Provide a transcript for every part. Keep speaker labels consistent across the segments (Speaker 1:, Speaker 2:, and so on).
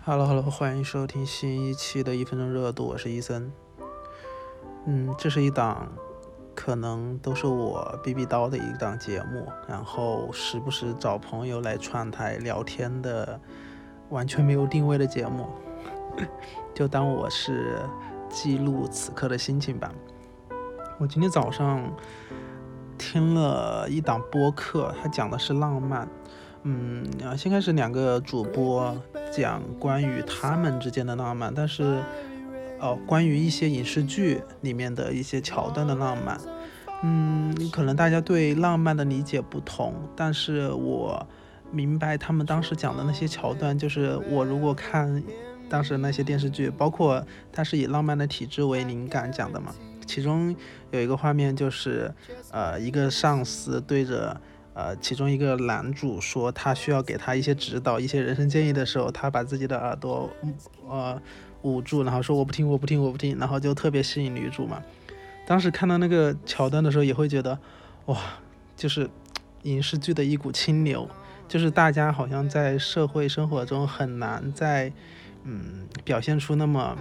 Speaker 1: Hello，欢迎收听新一期的1分钟热度，我是伊森。这是一档可能都是我逼逼叨的一档节目，然后时不时找朋友来串台聊天的，完全没有定位的节目，就当我是记录此刻的心情吧。我今天早上听了一档播客，它讲的是浪漫。先开始两个主播讲关于他们之间的浪漫，但是关于一些影视剧里面的一些桥段的浪漫。可能大家对浪漫的理解不同，但是我明白他们当时讲的那些桥段，就是我如果看当时那些电视剧，包括它是以浪漫的体质为灵感讲的嘛，其中有一个画面就是一个上司对着其中一个男主说他需要给他一些指导一些人生建议的时候，他把自己的耳朵捂住，然后说我不听，然后就特别吸引女主嘛。当时看到那个桥段的时候也会觉得哇，就是影视剧的一股清流，就是大家好像在社会生活中很难在表现出那么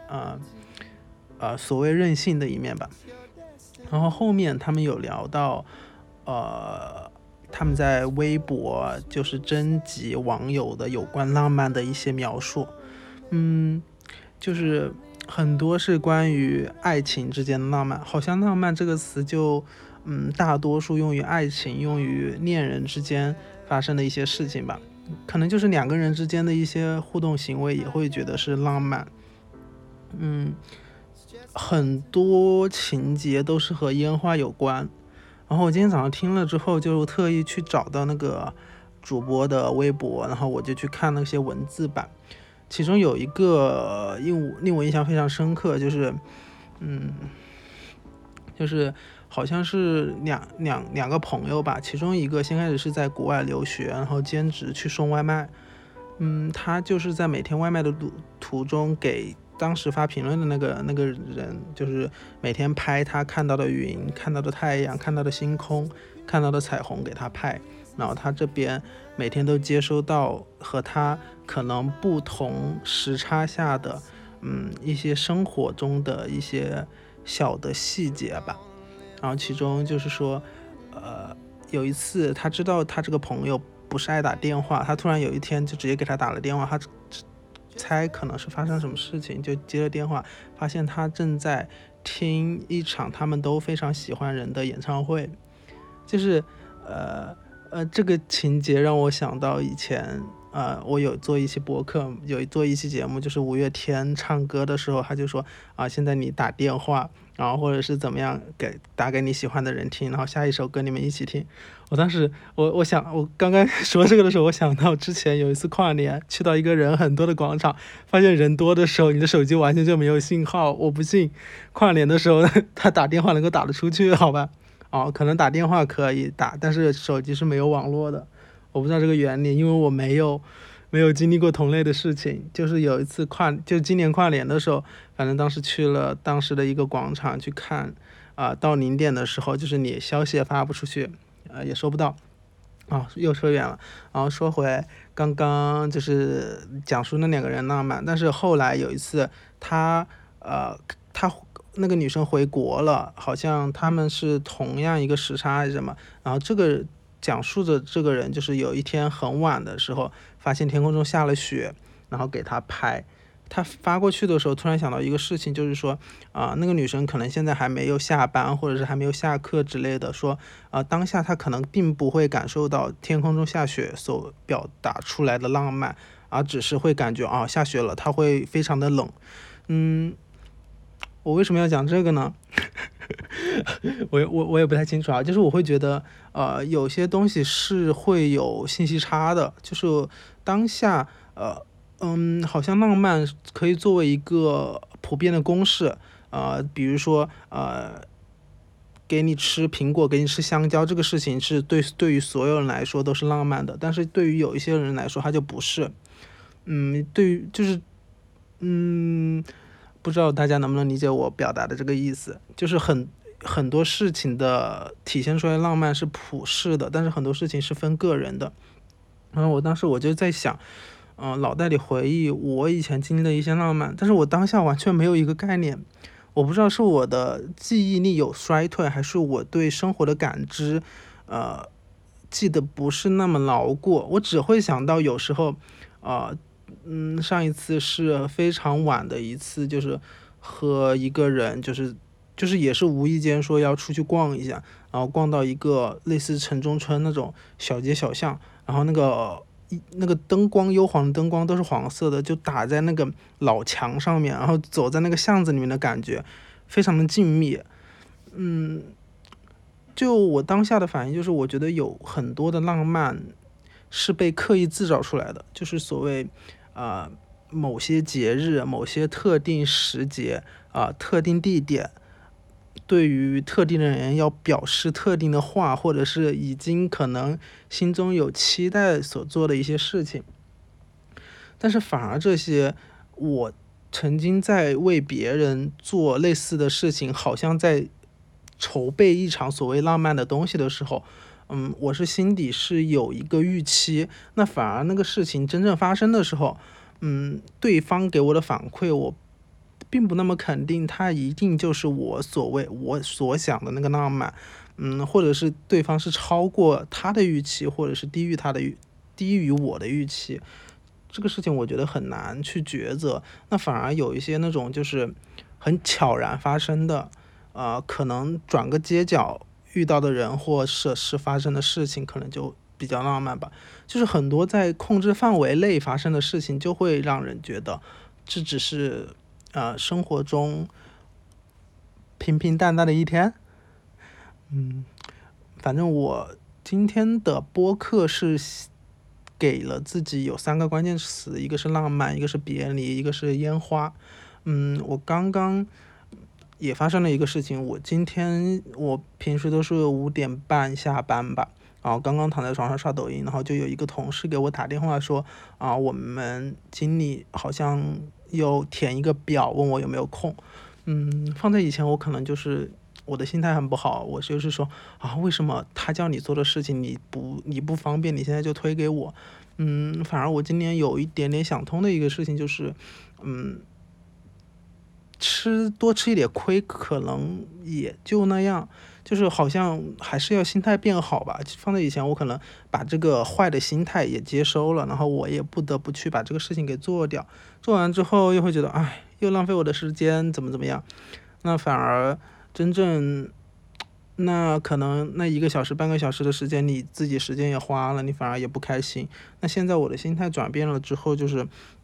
Speaker 1: 所谓任性的一面吧。然后后面他们有聊到他们在微博就是征集网友的有关浪漫的一些描述，就是很多是关于爱情之间的浪漫，好像浪漫这个词就大多数用于爱情，用于恋人之间发生的一些事情吧，可能就是两个人之间的一些互动行为也会觉得是浪漫。很多情节都是和烟花有关。然后我今天早上听了之后，就特意去找到那个主播的微博，然后我就去看那些文字版。其中有一个令我印象非常深刻，就是好像是两个朋友吧，其中一个先开始是在国外留学，然后兼职去送外卖。他就是在每天外卖的途中给当时发评论的那个人，就是每天拍他看到的云、看到的太阳、看到的星空、看到的彩虹给他拍，然后他这边每天都接收到和他可能不同时差下的一些生活中的一些小的细节吧。然后其中就是说有一次他知道他这个朋友不是爱打电话，他突然有一天就直接给他打了电话，他猜可能是发生什么事情，就接了电话，发现他正在听一场他们都非常喜欢人的演唱会。就是这个情节让我想到以前我有做一期播客，有做一期节目，就是五月天唱歌的时候，他就说现在你打电话，然后或者是怎么样打给你喜欢的人听，然后下一首歌你们一起听。我当时我刚刚说这个的时候，我想到之前有一次跨年去到一个人很多的广场，发现人多的时候你的手机完全就没有信号。我不信跨年的时候他打电话能够打得出去，好吧。可能打电话可以打，但是手机是没有网络的。我不知道这个原理，因为我没有经历过同类的事情。就是有一次就今年跨年的时候，反正当时去了当时的一个广场去看到0点的时候，就是你消息也发不出去，也收不到。又扯远了。然后说回刚刚就是讲述那两个人浪漫，但是后来有一次他那个女生回国了，好像他们是同样一个时差还是什么，然后这个讲述的这个人就是有一天很晚的时候发现天空中下了雪，然后给他拍。他发过去的时候突然想到一个事情，就是说那个女生可能现在还没有下班，或者是还没有下课之类的，说当下她可能并不会感受到天空中下雪所表达出来的浪漫，而只是会感觉下雪了，她会非常的冷。我为什么要讲这个呢？我也不太清楚就是我会觉得有些东西是会有信息差的，就是当下好像浪漫可以作为一个普遍的公式，比如说给你吃苹果，给你吃香蕉，这个事情是对于所有人来说都是浪漫的，但是对于有一些人来说它就不是。对于就是不知道大家能不能理解我表达的这个意思，就是很多事情的体现出来浪漫是普世的，但是很多事情是分个人的。然后我当时就在想脑袋里回忆我以前经历的一些浪漫，但是我当下完全没有一个概念。我不知道是我的记忆力有衰退，还是我对生活的感知，记得不是那么牢固。我只会想到有时候，上一次是非常晚的一次，就是和一个人，就是也是无意间说要出去逛一下，然后逛到一个类似城中村那种小街小巷，然后那个灯光幽黄的灯光都是黄色的，就打在那个老墙上面，然后走在那个巷子里面的感觉非常的静谧。就我当下的反应就是，我觉得有很多的浪漫是被刻意制造出来的，就是所谓某些节日、某些特定时节特定地点，对于特定的人要表示特定的话，或者是已经可能心中有期待所做的一些事情。但是反而这些我曾经在为别人做类似的事情，好像在筹备一场所谓浪漫的东西的时候，我是心底是有一个预期，那反而那个事情真正发生的时候，对方给我的反馈，我并不那么肯定，他一定就是我所想的那个浪漫，或者是对方是超过他的预期，或者是低于我的预期，这个事情我觉得很难去抉择。那反而有一些那种就是很悄然发生的，可能转个街角遇到的人或者是发生的事情，可能就比较浪漫吧。就是很多在控制范围内发生的事情，就会让人觉得这只是生活中平平淡淡的一天。反正我今天的播客是给了自己有3个关键词，一个是浪漫，一个是别离，一个是烟花。我刚刚也发生了一个事情，我平时都是5点半下班吧，然后刚刚躺在床上刷抖音，然后就有一个同事给我打电话说，我们经理好像有填一个表，问我有没有空。放在以前我可能就是我的心态很不好，我就是说为什么他叫你做的事情你不方便，你现在就推给我。反而我今年有一点点想通的一个事情就是，多吃一点亏可能也就那样，就是好像还是要心态变好吧。放在以前我可能把这个坏的心态也接收了，然后我也不得不去把这个事情给做掉，做完之后又会觉得又浪费我的时间怎么样。那反而真正那可能那1个小时半个小时的时间你自己时间也花了，你反而也不开心。那现在我的心态转变了之后，就是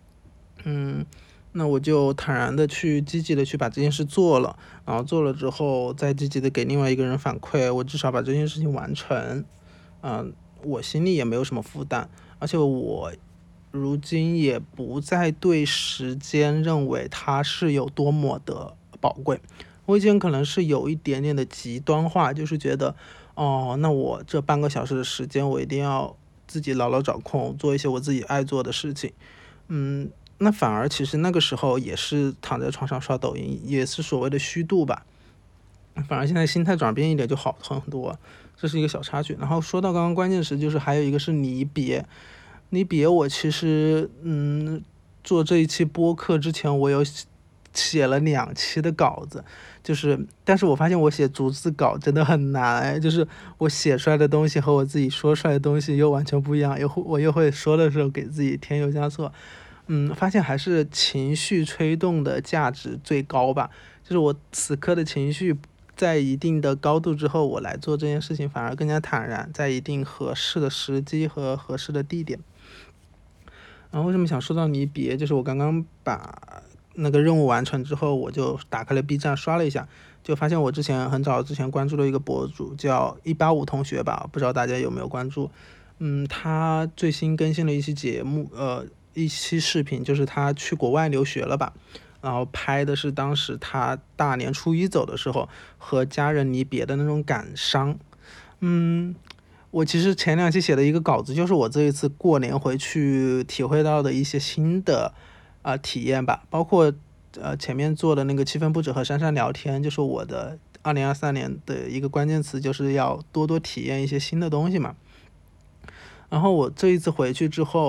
Speaker 1: 那我就坦然的积极的去把这件事做了，然后做了之后再积极的给另外一个人反馈，我至少把这件事情完成。我心里也没有什么负担，而且我如今也不再对时间认为它是有多么的宝贵。我以前可能是有一点点的极端化，就是觉得那我这半个小时的时间我一定要自己牢牢掌控，做一些我自己爱做的事情。那反而其实那个时候也是躺在床上刷抖音，也是所谓的虚度吧。反而现在心态转变一点就好很多，这是一个小插曲。然后说到刚刚关键词，就是还有一个是离别。离别我其实做这一期播客之前，我有写了2期的稿子，但是我发现我写逐字稿真的很难，就是我写出来的东西和我自己说出来的东西又完全不一样，我又会说的时候给自己添油加醋。发现还是情绪吹动的价值最高吧，就是我此刻的情绪在一定的高度之后，我来做这件事情反而更加坦然，在一定合适的时机和合适的地点。然后为什么想说到离别，就是我刚刚把那个任务完成之后，我就打开了 B 站刷了一下，就发现我很早之前关注了一个博主叫185同学吧，不知道大家有没有关注。他最新更新了一期视频，就是他去国外留学了吧，然后拍的是当时他大年初一走的时候和家人离别的那种感伤。我其实前2期写的一个稿子，就是我这一次过年回去体会到的一些新的体验吧，包括前面做的那个7分不止和珊珊聊天，就是我的2023年的一个关键词，就是要多多体验一些新的东西嘛。然后我这一次回去之后，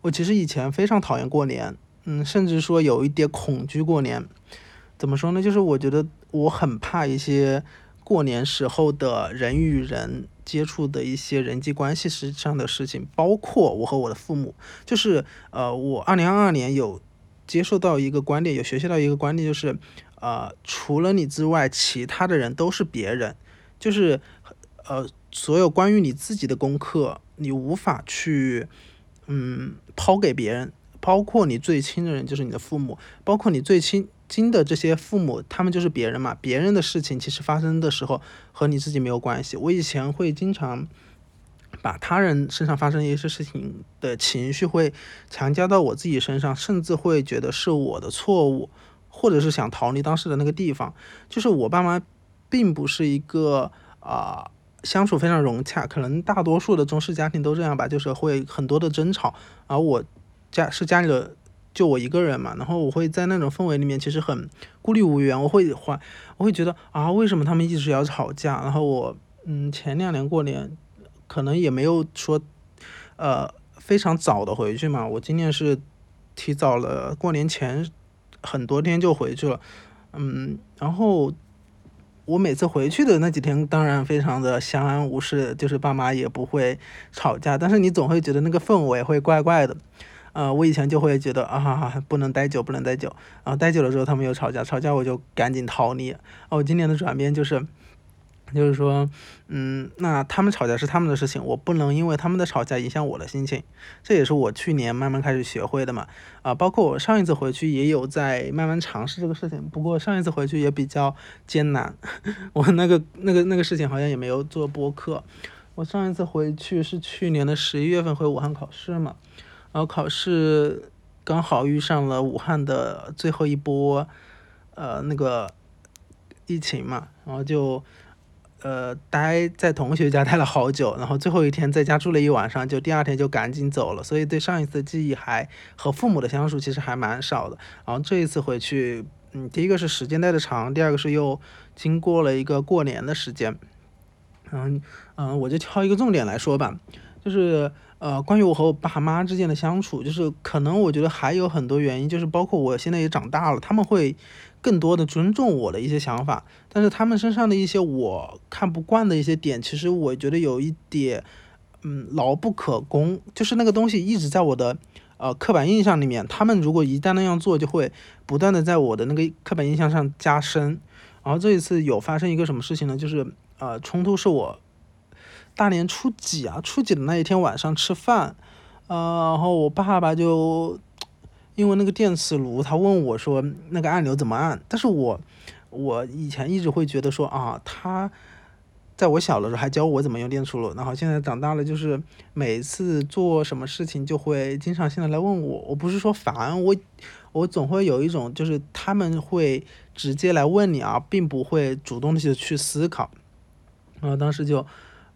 Speaker 1: 我其实以前非常讨厌过年，甚至说有一点恐惧过年。怎么说呢？就是我觉得我很怕一些过年时候的人与人接触的一些人际关系上的事情，包括我和我的父母。就是我2022年有接受到一个观点，有学习到一个观点，就是除了你之外，其他的人都是别人。就是所有关于你自己的功课，你无法去抛给别人，包括你最亲的人，就是你的父母，包括你最亲的这些父母，他们就是别人嘛。别人的事情其实发生的时候和你自己没有关系。我以前会经常把他人身上发生一些事情的情绪会强加到我自己身上，甚至会觉得是我的错误，或者是想逃离当时的那个地方。就是我爸妈并不是一个相处非常融洽，可能大多数的中式家庭都这样吧，就是会很多的争吵。而我家里的就我一个人嘛，然后我会在那种氛围里面其实很孤立无援。我会觉得为什么他们一直要吵架？然后我前2年过年可能也没有说非常早的回去嘛，我今年是提早了，过年前很多天就回去了。然后我每次回去的那几天当然非常的相安无事，就是爸妈也不会吵架，但是你总会觉得那个氛围会怪怪的。我以前就会觉得不能待久，不能待久，然后待久了之后他们又吵架，吵架我就赶紧逃离。我今年的转变就是说，那他们吵架是他们的事情，我不能因为他们的吵架影响我的心情。这也是我去年慢慢开始学会的嘛。包括我上一次回去也有在慢慢尝试这个事情，不过上一次回去也比较艰难。我那个事情好像也没有做播客。我上一次回去是去年的11月份回武汉考试嘛，然后考试刚好遇上了武汉的最后一波那个疫情嘛，然后就待在同学家待了好久，然后最后一天在家住了一晚上，就第2天就赶紧走了。所以对上一次的记忆还和父母的相处其实还蛮少的。然后这一次回去，第一个是时间待的长，第二个是又经过了一个过年的时间。我就挑一个重点来说吧，就是关于我和我爸妈之间的相处，就是可能我觉得还有很多原因，就是包括我现在也长大了，他们会更多的尊重我的一些想法，但是他们身上的一些我看不惯的一些点，其实我觉得有一点牢不可攻，就是那个东西一直在我的刻板印象里面，他们如果一旦那样做，就会不断的在我的那个刻板印象上加深。然后这一次有发生一个什么事情呢？就是冲突是我大年初几的那一天晚上吃饭，然后我爸爸就因为那个电磁炉，他问我说那个按钮怎么按，但是我以前一直会觉得说他在我小的时候还教我怎么用电磁炉，然后现在长大了，就是每次做什么事情就会经常性的来问我。我不是说烦我总会有一种就是他们会直接来问你并不会主动的去思考。然后当时就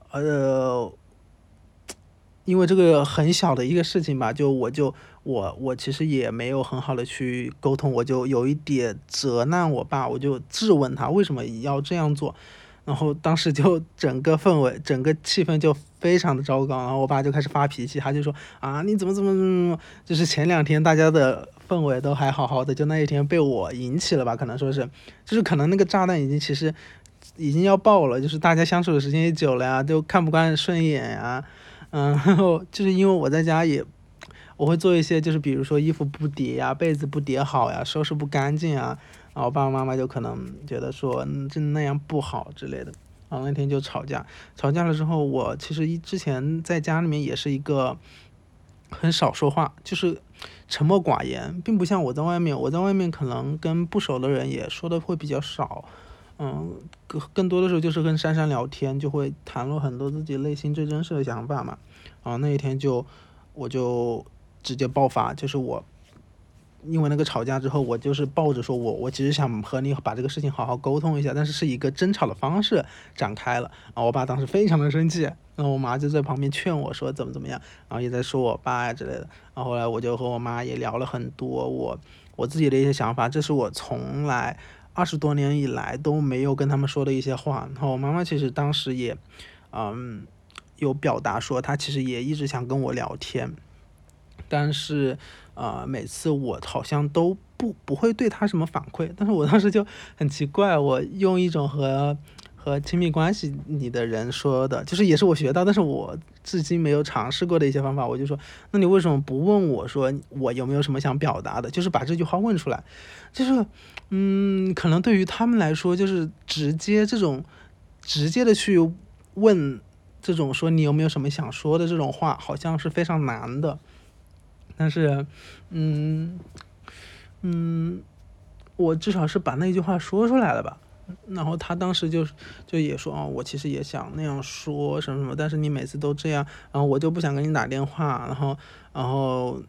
Speaker 1: 因为这个很小的一个事情吧，我其实也没有很好的去沟通，我就有一点责难我爸，我就质问他为什么要这样做。然后当时就整个氛围整个气氛就非常的糟糕，然后我爸就开始发脾气，他就说你怎么，就是前2天大家的氛围都还好好的，就那一天被我引起了吧，可能说是就是可能那个炸弹其实已经要爆了，就是大家相处的时间也久了呀，都看不惯顺眼呀。然后就是因为我在家我会做一些，就是比如说衣服不叠呀，被子不叠好呀，收拾不干净啊，然后爸爸妈妈就可能觉得说那样不好之类的，然后那天就吵架。吵架了之后，我其实之前在家里面也是一个很少说话，就是沉默寡言，并不像我在外面可能跟不熟的人也说的会比较少。更多的时候就是跟珊珊聊天，就会谈论很多自己内心最真实的想法嘛。然后那一天我就直接爆发，就是因为那个吵架之后，我就是抱着说我其实想和你把这个事情好好沟通一下，但是一个争吵的方式展开了。然后我爸当时非常的生气，然后我妈就在旁边劝我说怎么样，然后也在说我爸呀之类的。然后后来我就和我妈也聊了很多我自己的一些想法，这是我从来20多年以来都没有跟他们说的一些话。然后我妈妈其实当时也有表达说她其实也一直想跟我聊天。 但是每次我好像都不会对他什么反馈，但是我当时就很奇怪，我用一种和亲密关系里的人说的，就是也是我学到，但是我至今没有尝试过的一些方法，我就说，那你为什么不问我说我有没有什么想表达的，就是把这句话问出来，就是可能对于他们来说，就是直接的去问这种说你有没有什么想说的这种话，好像是非常难的。但是嗯我至少是把那句话说出来了吧。然后他当时就也说我其实也想那样说什么什么，但是你每次都这样，然后我就不想跟你打电话，然后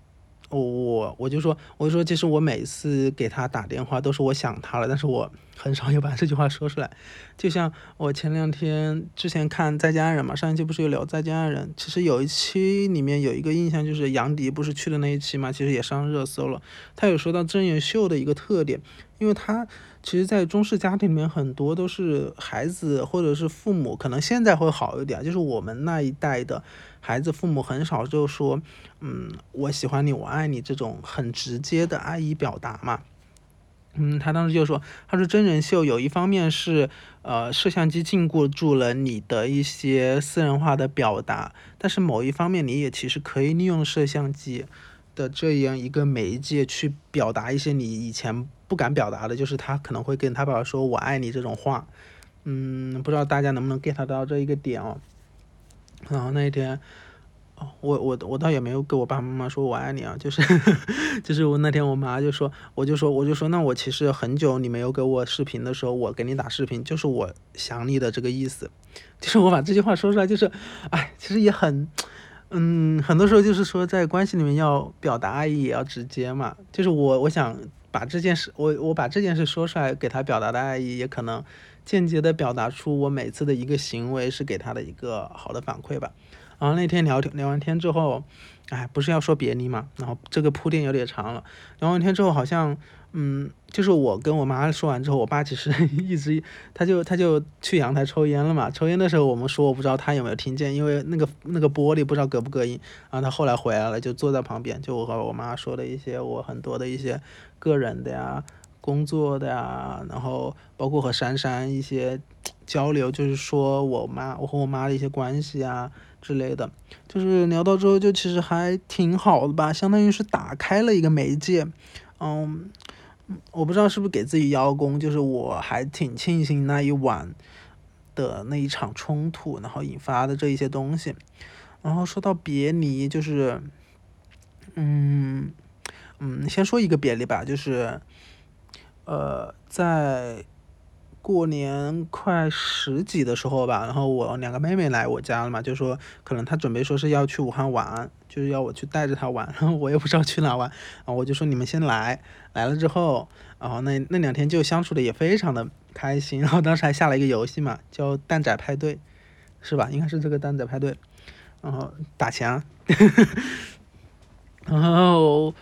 Speaker 1: 我就说，其实我每次给他打电话都是我想他了，但是我很少有把这句话说出来。就像我之前看《再见爱人》嘛，上一期不是有聊《再见爱人》，其实有一期里面有一个印象就是杨迪不是去的那一期嘛，其实也上热搜了。他有说到真人秀的一个特点，因为他其实在中式家庭里面很多都是孩子或者是父母，可能现在会好一点，就是我们那一代的孩子父母很少就说我喜欢你，我爱你这种很直接的爱意表达嘛。他当时就说，他说真人秀有一方面是摄像机禁锢住了你的一些私人化的表达，但是某一方面你也其实可以利用摄像机的这样一个媒介去表达一些你以前不敢表达的，就是他可能会跟他爸爸说我爱你这种话。不知道大家能不能 get 到这一个点哦。然后那一天我倒也没有跟我爸爸妈妈说我爱你啊，就是就是我那天我妈就说，我就说那我其实很久你没有给我视频的时候，我给你打视频，就是我想你的这个意思，就是我把这句话说出来，就是其实也很很多时候就是说在关系里面要表达爱意也要直接嘛，就是我想把这件事我把这件事说出来，给他表达的爱意，也可能间接的表达出我每次的一个行为是给他的一个好的反馈吧。然后那天聊完天之后，不是要说别离嘛，然后这个铺垫有点长了。聊完天之后，好像就是我跟我妈说完之后，我爸其实一直他就去阳台抽烟了嘛。抽烟的时候，我们说我不知道他有没有听见，因为那个玻璃不知道隔不隔音。然后他后来回来了，就坐在旁边，就我和我妈说的一些我很多的一些个人的呀、工作的呀，然后包括和珊珊一些交流，就是说我和我妈的一些关系啊之类的，就是聊到之后就其实还挺好的吧，相当于是打开了一个媒介。我不知道是不是给自己邀功，就是我还挺庆幸那一晚的那一场冲突，然后引发的这一些东西。然后说到别离，就是先说一个别离吧，就是在过年快十几的时候吧，然后我两个妹妹来我家了嘛，就说可能她准备说是要去武汉玩，就是要我去带着她玩，然后我也不知道去哪玩，然后我就说你们先来了之后，然后那2天就相处的也非常的开心，然后当时还下了一个游戏嘛，叫蛋仔派对，是吧？应该是这个蛋仔派对，然后打钱啊，然后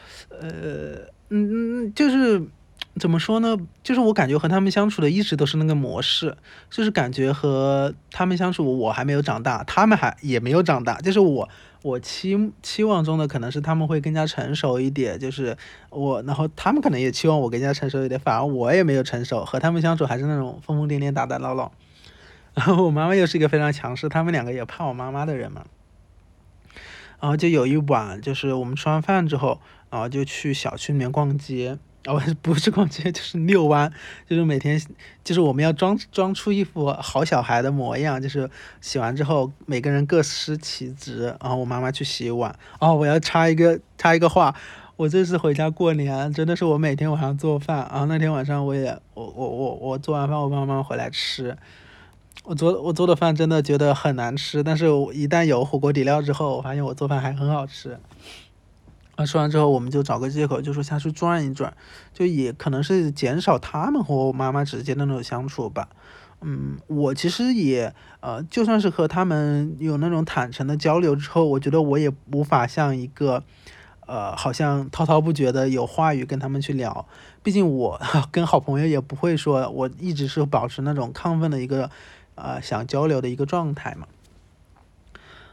Speaker 1: 就是怎么说呢？就是我感觉和他们相处的一直都是那个模式，就是感觉和他们相处，我还没有长大，他们也没有长大。就是我期望中的可能是他们会更加成熟一点，就是然后他们可能也期望我更加成熟一点，反而我也没有成熟，和他们相处还是那种疯疯癫癫、打打闹闹。然后我妈妈又是一个非常强势，他们两个也怕我妈妈的人嘛。然后就有一晚，就是我们吃完饭之后，然后就去小区里面逛街，不是逛街，就是遛弯，就是每天，就是我们要装出一副好小孩的模样，就是洗完之后每个人各司其职，然后我妈妈去洗碗。我要插一个话，我这次回家过年，真的是我每天晚上做饭，然后那天晚上我做完饭，我爸妈回来吃。我做的饭真的觉得很难吃，但是我一旦有火锅底料之后，我发现我做饭还很好吃。吃完之后，我们就找个借口，就说下去转一转，就也可能是减少他们和我妈妈之间的那种相处吧。我其实也就算是和他们有那种坦诚的交流之后，我觉得我也无法像一个好像滔滔不绝的有话语跟他们去聊。毕竟我跟好朋友也不会说我一直是保持那种亢奋的一个想交流的一个状态嘛。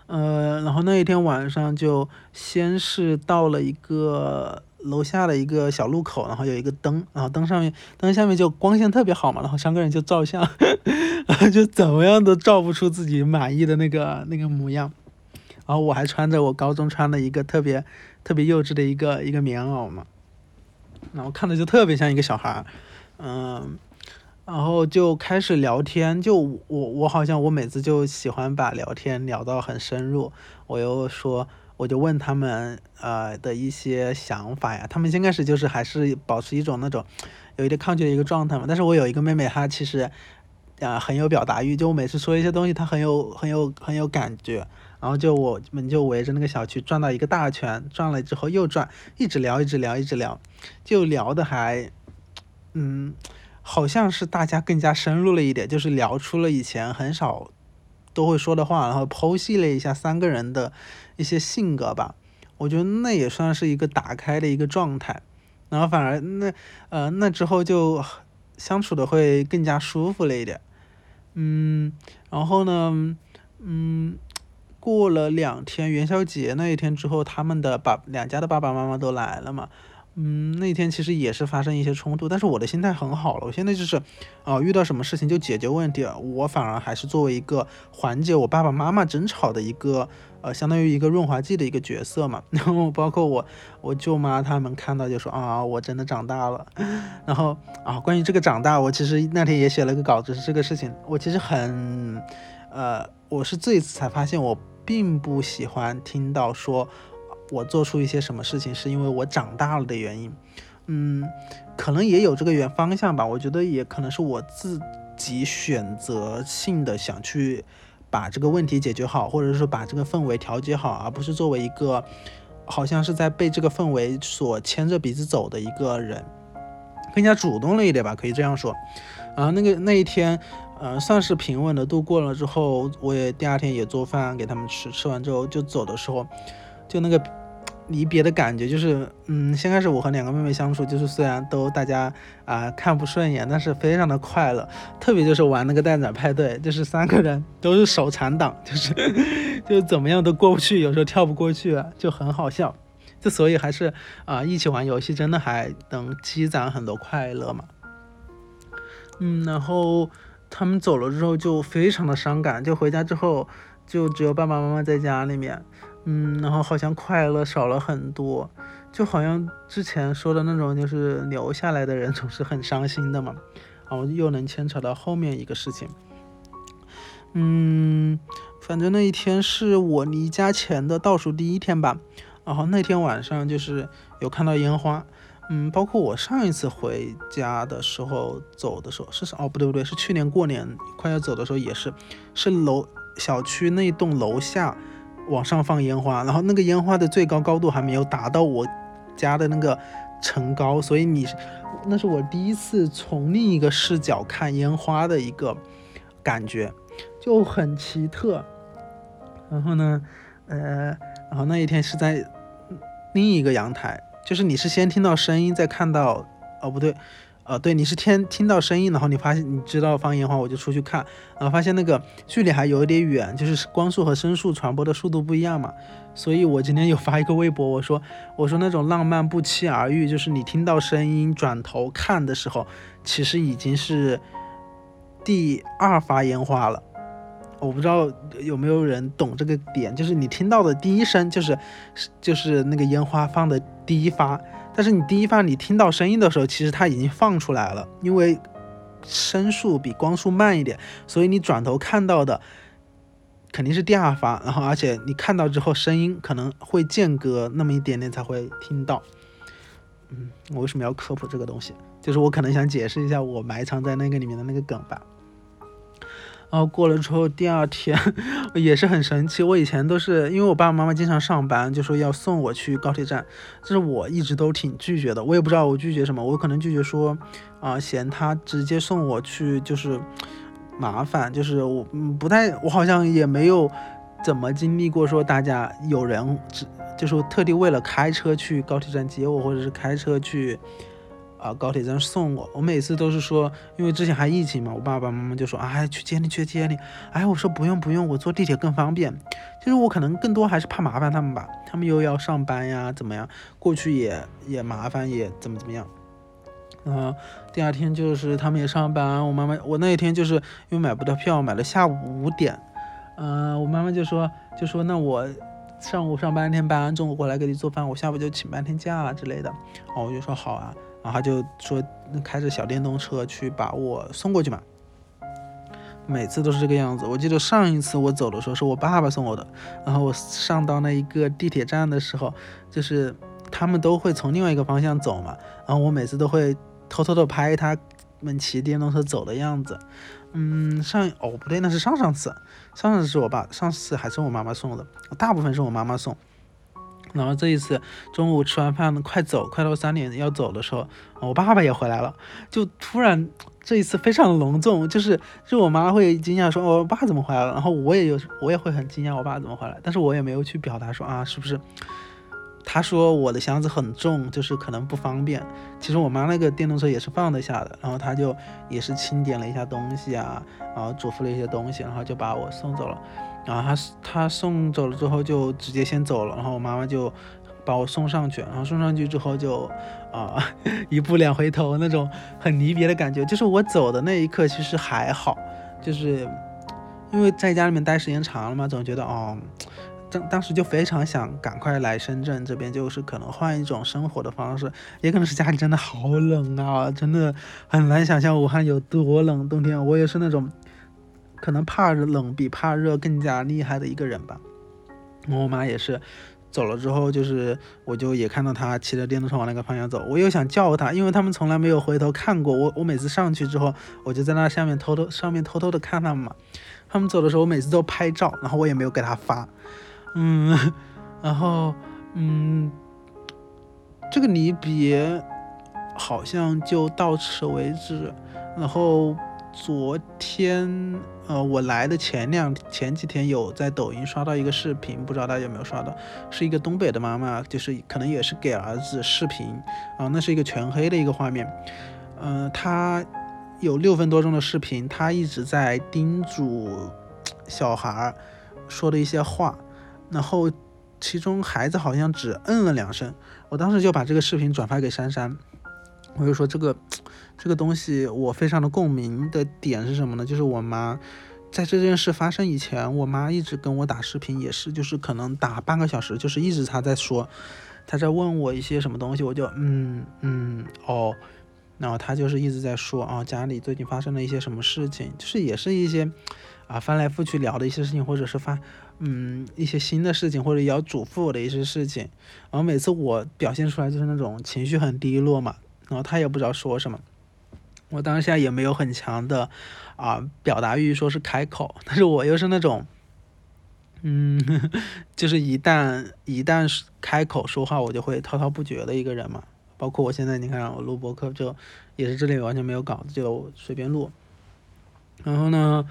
Speaker 1: 然后那一天晚上就先是到了一个楼下的一个小路口，然后有一个灯，然后灯下面就光线特别好嘛，然后3个人就照相，然后就怎么样都照不出自己满意的那个模样。然后我还穿着我高中穿的一个特别幼稚的一个棉袄嘛，然后看着就特别像一个小孩，然后就开始聊天，就我好像我每次就喜欢把聊天聊到很深入，我就问他们的一些想法呀，他们先开始就是还是保持一种那种有一点抗拒的一个状态嘛，但是我有一个妹妹，她其实很有表达欲，就我每次说一些东西，她很有感觉，然后我们就围着那个小区转到一个大圈，转了之后又转，一直聊，就聊的还好像是大家更加深入了一点，就是聊出了以前很少都会说的话，然后剖析了一下3个人的一些性格吧。我觉得那也算是一个打开的一个状态，然后反而那之后就相处的会更加舒服了一点。然后呢，过了2天元宵节那一天之后，他们的两家的爸爸妈妈都来了嘛。那天其实也是发生一些冲突，但是我的心态很好了，我现在就是遇到什么事情就解决问题，我反而还是作为一个缓解我爸爸妈妈争吵的一个相当于一个润滑剂的一个角色嘛。然后包括我舅妈他们看到就说我真的长大了。然后关于这个长大，我其实那天也写了个稿子，是这个事情我其实我是这一次才发现，我并不喜欢听到说我做出一些什么事情是因为我长大了的原因。可能也有这个方向吧，我觉得也可能是我自己选择性的想去把这个问题解决好，或者是把这个氛围调节好，而不是作为一个好像是在被这个氛围所牵着鼻子走的一个人，更加主动了一点吧，可以这样说。那一天算是平稳的度过了之后，我也第2天也做饭给他们吃，吃完之后就走的时候，就那个离别的感觉，就是先开始我和2个妹妹相处，就是虽然都大家看不顺眼，但是非常的快乐，特别就是玩那个蛋仔派对，就是3个人都是手残党，就怎么样都过不去，有时候跳不过去，就很好笑。就所以还是一起玩游戏真的还能积攒很多快乐嘛。然后他们走了之后就非常的伤感，就回家之后就只有爸爸妈妈在家里面，然后好像快乐少了很多，就好像之前说的那种就是留下来的人总是很伤心的嘛，然后又能牵扯到后面一个事情。反正那一天是我离家前的倒数第1天吧，然后那天晚上就是有看到烟花。包括我上一次回家的时候走的时候不对，是去年过年快要走的时候也是小区那栋楼下往上放烟花，然后那个烟花的最高高度还没有达到我家的那个层高，所以那是我第一次从另一个视角看烟花的一个感觉，就很奇特。然后呢然后那一天是在另一个阳台，就是你是先听到声音再看到对，你是听到声音，然后你知道放烟花，我就出去看，然后发现那个距离还有一点远，就是光速和声速传播的速度不一样嘛，所以我今天有发一个微博，我说那种浪漫不期而遇，就是你听到声音转头看的时候，其实已经是第2发烟花了。我不知道有没有人懂这个点，就是你听到的第一声就是那个烟花放的第1发，但是你第1发你听到声音的时候，其实它已经放出来了，因为声速比光速慢一点，所以你转头看到的肯定是第2发，然后而且你看到之后声音可能会间隔那么一点点才会听到。我为什么要科普这个东西，就是我可能想解释一下我埋藏在那个里面的那个梗吧。然后过了之后第2天也是很神奇，我以前都是因为我爸爸妈妈经常上班，就说要送我去高铁站，这是我一直都挺拒绝的，我也不知道我拒绝什么，我可能拒绝说嫌他直接送我去就是麻烦，就是我好像也没有怎么经历过说大家有人就是特地为了开车去高铁站接我，或者是开车去高铁站送我。我每次都是说，因为之前还疫情嘛，我爸爸妈妈就说去接你去接你，我说不用，我坐地铁更方便。其实我可能更多还是怕麻烦他们吧，他们又要上班呀怎么样，过去也麻烦也怎么样。第二天就是他们也上班，我那一天就是因为买不到票，买了下午5点。我妈妈就说那我上午上半天班，中午过来给你做饭，我下午就请半天假之类的。我就说好啊，然后他就说开着小电动车去把我送过去嘛。每次都是这个样子。我记得上一次我走的时候是我爸爸送我的，然后我上到那一个地铁站的时候，就是他们都会从另外一个方向走嘛，然后我每次都会偷偷的拍他们骑电动车走的样子。不对，那是上次是我爸，上次还是我妈妈送的，大部分是我妈妈送。然后这一次中午吃完饭快到3点要走的时候，我爸爸也回来了，就突然这一次非常的隆重，就是我妈会惊讶说我爸怎么回来了，然后我也会很惊讶我爸怎么回来，但是我也没有去表达说是不是。他说我的箱子很重，就是可能不方便。其实我妈那个电动车也是放得下的，然后他就也是清点了一下东西啊，然后嘱咐了一些东西，然后就把我送走了。然后他送走了之后就直接先走了，然后我妈妈就把我送上去，然后送上去之后就一步两回头那种很离别的感觉。就是我走的那一刻其实还好，就是因为在家里面待时间长了嘛，总觉得当时就非常想赶快来深圳这边，就是可能换一种生活的方式，也可能是家里真的好冷啊，真的很难想象武汉有多冷。冬天我也是那种可能怕冷比怕热更加厉害的一个人吧。我妈也是走了之后，就是我就也看到她骑着电动车往那个方向走，我又想叫她，因为他们从来没有回头看过我每次上去之后，我就在那上面偷偷的看他们嘛。他们走的时候我每次都拍照，然后我也没有给她发。然后这个离别好像就到此为止。然后昨天我来的前几天有在抖音刷到一个视频，不知道大家有没有刷到，是一个东北的妈妈，就是可能也是给儿子视频，那是一个全黑的一个画面。她有6分多钟的视频，她一直在叮嘱小孩说的一些话，然后其中孩子好像只了2声，我当时就把这个视频转发给珊珊，我就说这个东西我非常的共鸣的点是什么呢？就是我妈在这件事发生以前，我妈一直跟我打视频，也是就是可能打半个小时，就是一直她在说，她在问我一些什么东西，我就然后她就是一直在说家里最近发生了一些什么事情，就是也是一些翻来覆去聊的一些事情，或者是一些新的事情，或者要嘱咐我的一些事情。然后每次我表现出来就是那种情绪很低落嘛，然后她也不知道说什么，我当下也没有很强的表达欲说是开口，但是我又是那种就是一旦开口说话我就会滔滔不绝的一个人嘛。包括我现在你看我录播客就也是这里完全没有稿子，就随便录。然后呢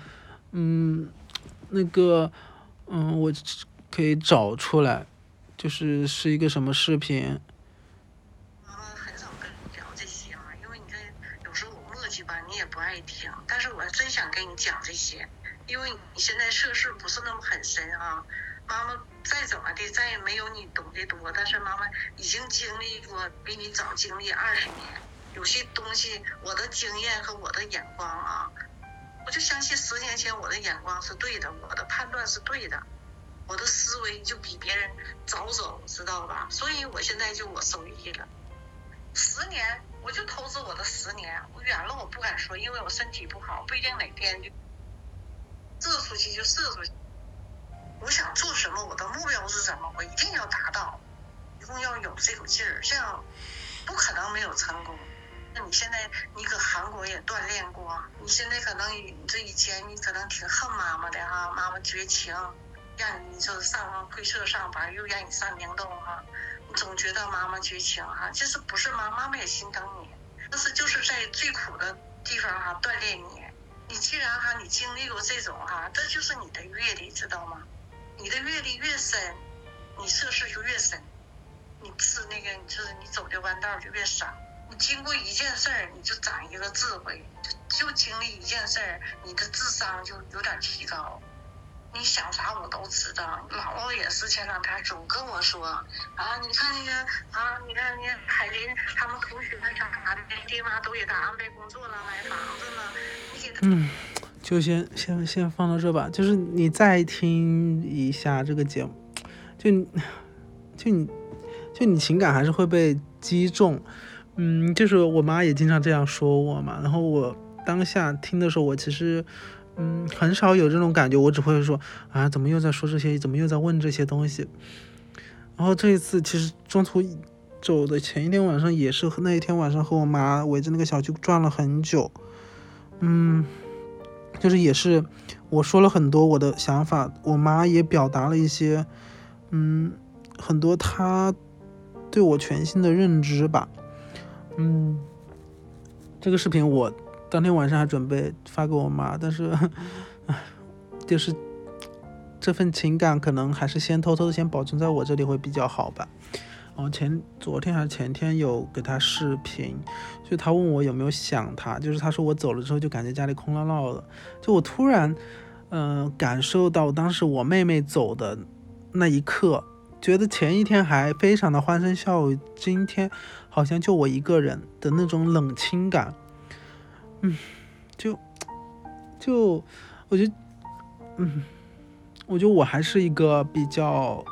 Speaker 1: 我可以找出来，是一个什么视频。
Speaker 2: 很少跟你聊这些嘛，因为你这有时候我磨叽吧，你也不爱听。但是我真想跟你讲这些，因为你现在涉世不是那么很深啊。妈妈再怎么的，再也没有你懂得多，但是妈妈已经经历过，比你早经历20年。有些东西，我的经验和我的眼光我就相信10年前我的眼光是对的，我的判断是对的，我的思维就比别人早走，知道吧？所以我现在就我受益了。10年，我就投资我的10年，我远了我不敢说，因为我身体不好，不一定哪天就射出去就射出去。我想做什么，我的目标是什么，我一定要达到，一共要有这口劲儿，这样不可能没有成功。那你现在你搁韩国也锻炼过，你现在可能这以前你可能挺恨妈妈的妈妈绝情，让你就上会社上班，又让你上宁东你总觉得妈妈绝情其实不是妈妈也心疼你，但是就是在最苦的地方锻炼你。你既然你经历过这种这就是你的阅历，知道吗？你的阅历越深，你涉世就越深，你是就是你走的弯道就越少。 你经过一件事儿，你就长一个智慧，就经历一件事儿，你的智商就有点提高。你想啥我都知道，姥姥也是前两天总跟我说啊，你看那个你看那海林他们同学啥的，爹妈都给他安排工作了，买房子了，你给他
Speaker 1: 就先放到这吧。就是你再听一下这个节目，就你情感还是会被击中。就是我妈也经常这样说我嘛，然后我当下听的时候，我其实很少有这种感觉，我只会说怎么又在说这些，怎么又在问这些东西。然后这一次其实中途走的前一天晚上，也是那一天晚上和我妈围着那个小区转了很久。就是也是我说了很多我的想法，我妈也表达了一些很多她对我全新的认知吧。这个视频我当天晚上还准备发给我妈，但是就是这份情感可能还是先偷偷的先保存在我这里会比较好吧。然后昨天还是前天有给她视频，就她问我有没有想她，就是她说我走了之后就感觉家里空落落的，就我突然感受到当时我妹妹走的那一刻，觉得前一天还非常的欢声笑语，今天好像就我一个人的那种冷清感。我觉得我还是一个比较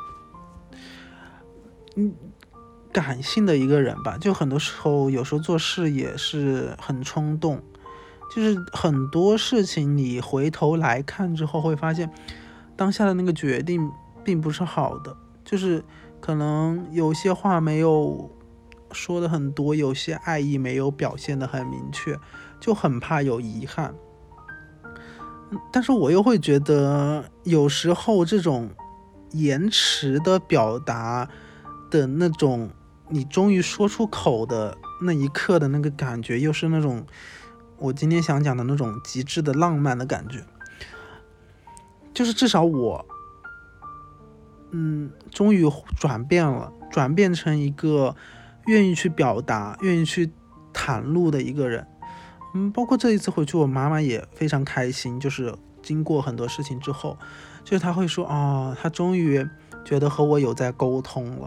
Speaker 1: 感性的一个人吧，就很多时候有时候做事也是很冲动，就是很多事情你回头来看之后会发现当下的那个决定并不是好的，就是可能有些话没有说的很多，有些爱意没有表现的很明确，就很怕有遗憾。但是我又会觉得有时候这种延迟的表达的那种你终于说出口的那一刻的那个感觉，又是那种我今天想讲的那种极致的浪漫的感觉。就是至少我终于转变成一个愿意去表达愿意去袒露的一个人。包括这一次回去，我妈妈也非常开心，就是经过很多事情之后，就是她会说她终于觉得和我有在沟通了。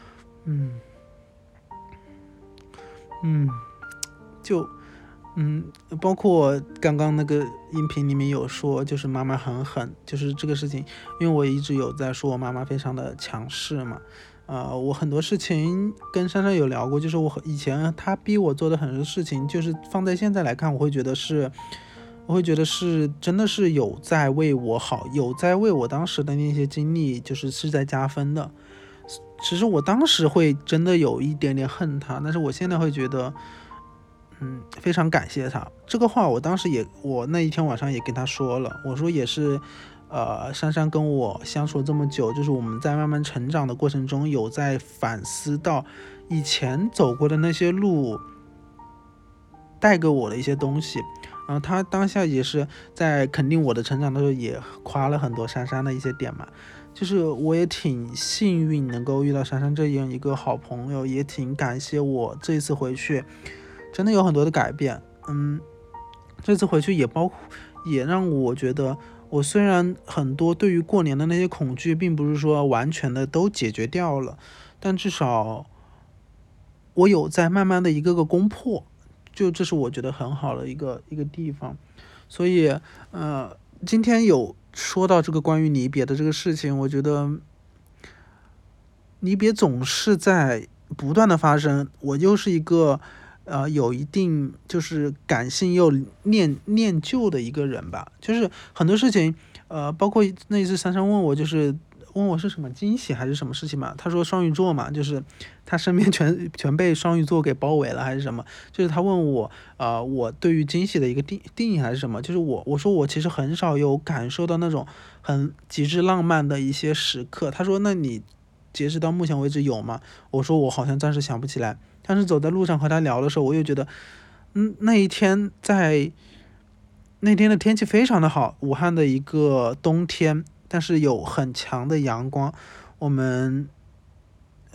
Speaker 1: 包括刚刚那个音频里面有说，就是妈妈很狠，就是这个事情，因为我一直有在说我妈妈非常的强势嘛。我很多事情跟珊珊有聊过，就是我以前她逼我做的很多事情，就是放在现在来看，我会觉得是真的是有在为我好，有在为我当时的那些经历是在加分的。其实我当时会真的有一点点恨她，但是我现在会觉得非常感谢她。这个话我当时我那一天晚上也跟她说了，我说也是珊珊跟我相处了这么久，就是我们在慢慢成长的过程中，有在反思到以前走过的那些路带给我的一些东西。然后他当下也是在肯定我的成长的时候，也夸了很多珊珊的一些点嘛。就是我也挺幸运能够遇到珊珊这样一个好朋友，也挺感谢我这一次回去真的有很多的改变。这次回去也让我觉得，我虽然很多对于过年的那些恐惧并不是说完全的都解决掉了，但至少我有在慢慢的一个个攻破，就这是我觉得很好的一个地方。所以今天有说到这个关于离别的这个事情，我觉得离别总是在不断的发生。我又是一个有一定就是感性又念旧的一个人吧，就是很多事情包括那一次珊珊问我，就是问我是什么惊喜还是什么事情嘛，他说双鱼座嘛，就是他身边全被双鱼座给包围了还是什么，就是他问我我对于惊喜的一个定义还是什么，就是我说我其实很少有感受到那种很极致浪漫的一些时刻。他说那你截止到目前为止有吗？我说我好像暂时想不起来。但是走在路上和他聊的时候，我又觉得那一天那天的天气非常的好，武汉的一个冬天，但是有很强的阳光，我们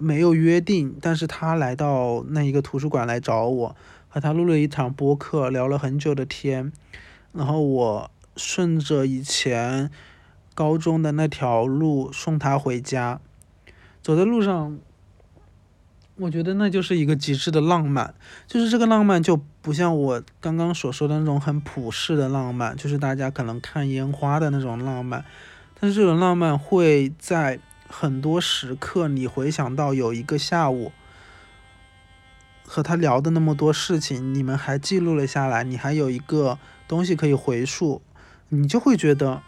Speaker 1: 没有约定，但是他来到那一个图书馆来找我，和他录了一场播客，聊了很久的天。然后我顺着以前高中的那条路送他回家，走在路上，我觉得那就是一个极致的浪漫。就是这个浪漫就不像我刚刚所说的那种很普世的浪漫，就是大家可能看烟花的那种浪漫，但是这种浪漫会在很多时刻你回想到有一个下午和他聊的那么多事情，你们还记录了下来，你还有一个东西可以回溯，你就会觉得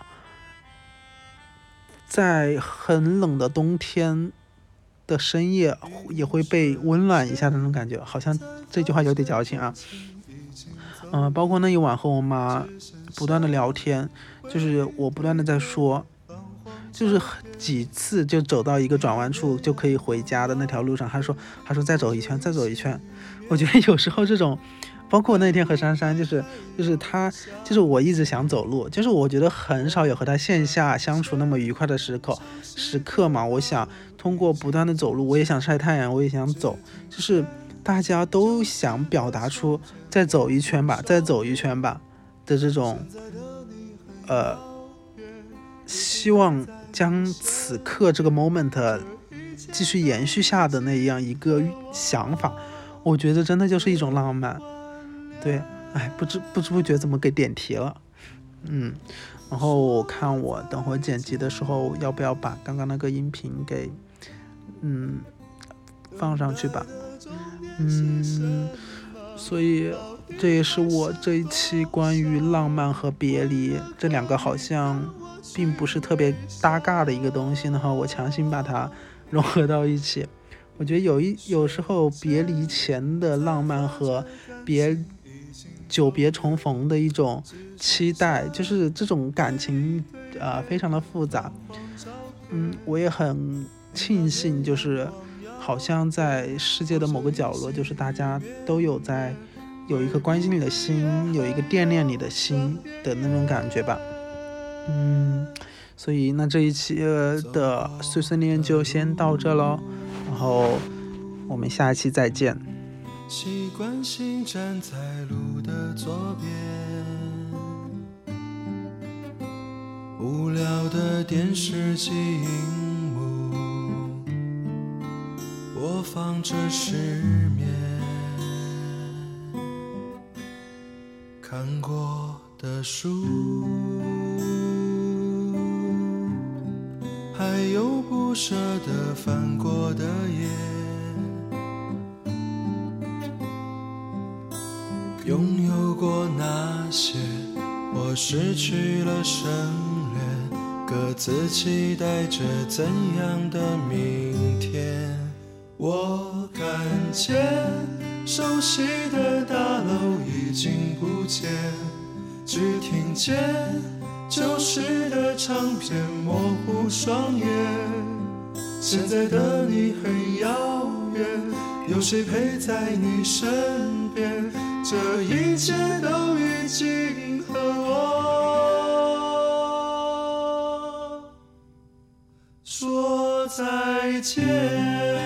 Speaker 1: 在很冷的冬天的深夜也会被温暖一下的那种感觉。好像这句话有点矫情啊。包括那一晚和我妈不断的聊天，就是我不断的在说，就是几次就走到一个转弯处就可以回家的那条路上，他说再走一圈，再走一圈。我觉得有时候这种，包括那天和珊珊，就是他，就是我一直想走路，就是我觉得很少有和他线下相处那么愉快的时刻嘛。我想通过不断的走路，我也想晒太阳，我也想走，就是大家都想表达出再走一圈吧，再走一圈吧的这种希望将此刻这个 moment 继续延续下的那样一个想法。我觉得真的就是一种浪漫。对，不知不觉怎么给点题了。然后我看我等会剪辑的时候要不要把刚刚那个音频给放上去吧。所以这也是我这一期关于浪漫和别离这两个好像并不是特别搭嘎的一个东西，然后我强行把它融合到一起。我觉得有时候别离前的浪漫和久别重逢的一种期待，就是这种感情非常的复杂。我也很庆幸，就是好像在世界的某个角落，就是大家都有一颗关心你的心，有一个惦念你的心的那种感觉吧。所以那这一期的碎碎念就先到这咯，然后我们下一期再见。
Speaker 3: 习惯性站在路的左边，无聊的电视机荧幕播放着失眠，看过的书，还有不舍得翻过的页，拥有过那些或失去了省略，各自期待着怎样的明天。我看见熟悉的大楼已经不见，只听见旧时的唱片模糊双眼，现在的你很遥远，有谁陪在你身边？这一切都已经和我说再见。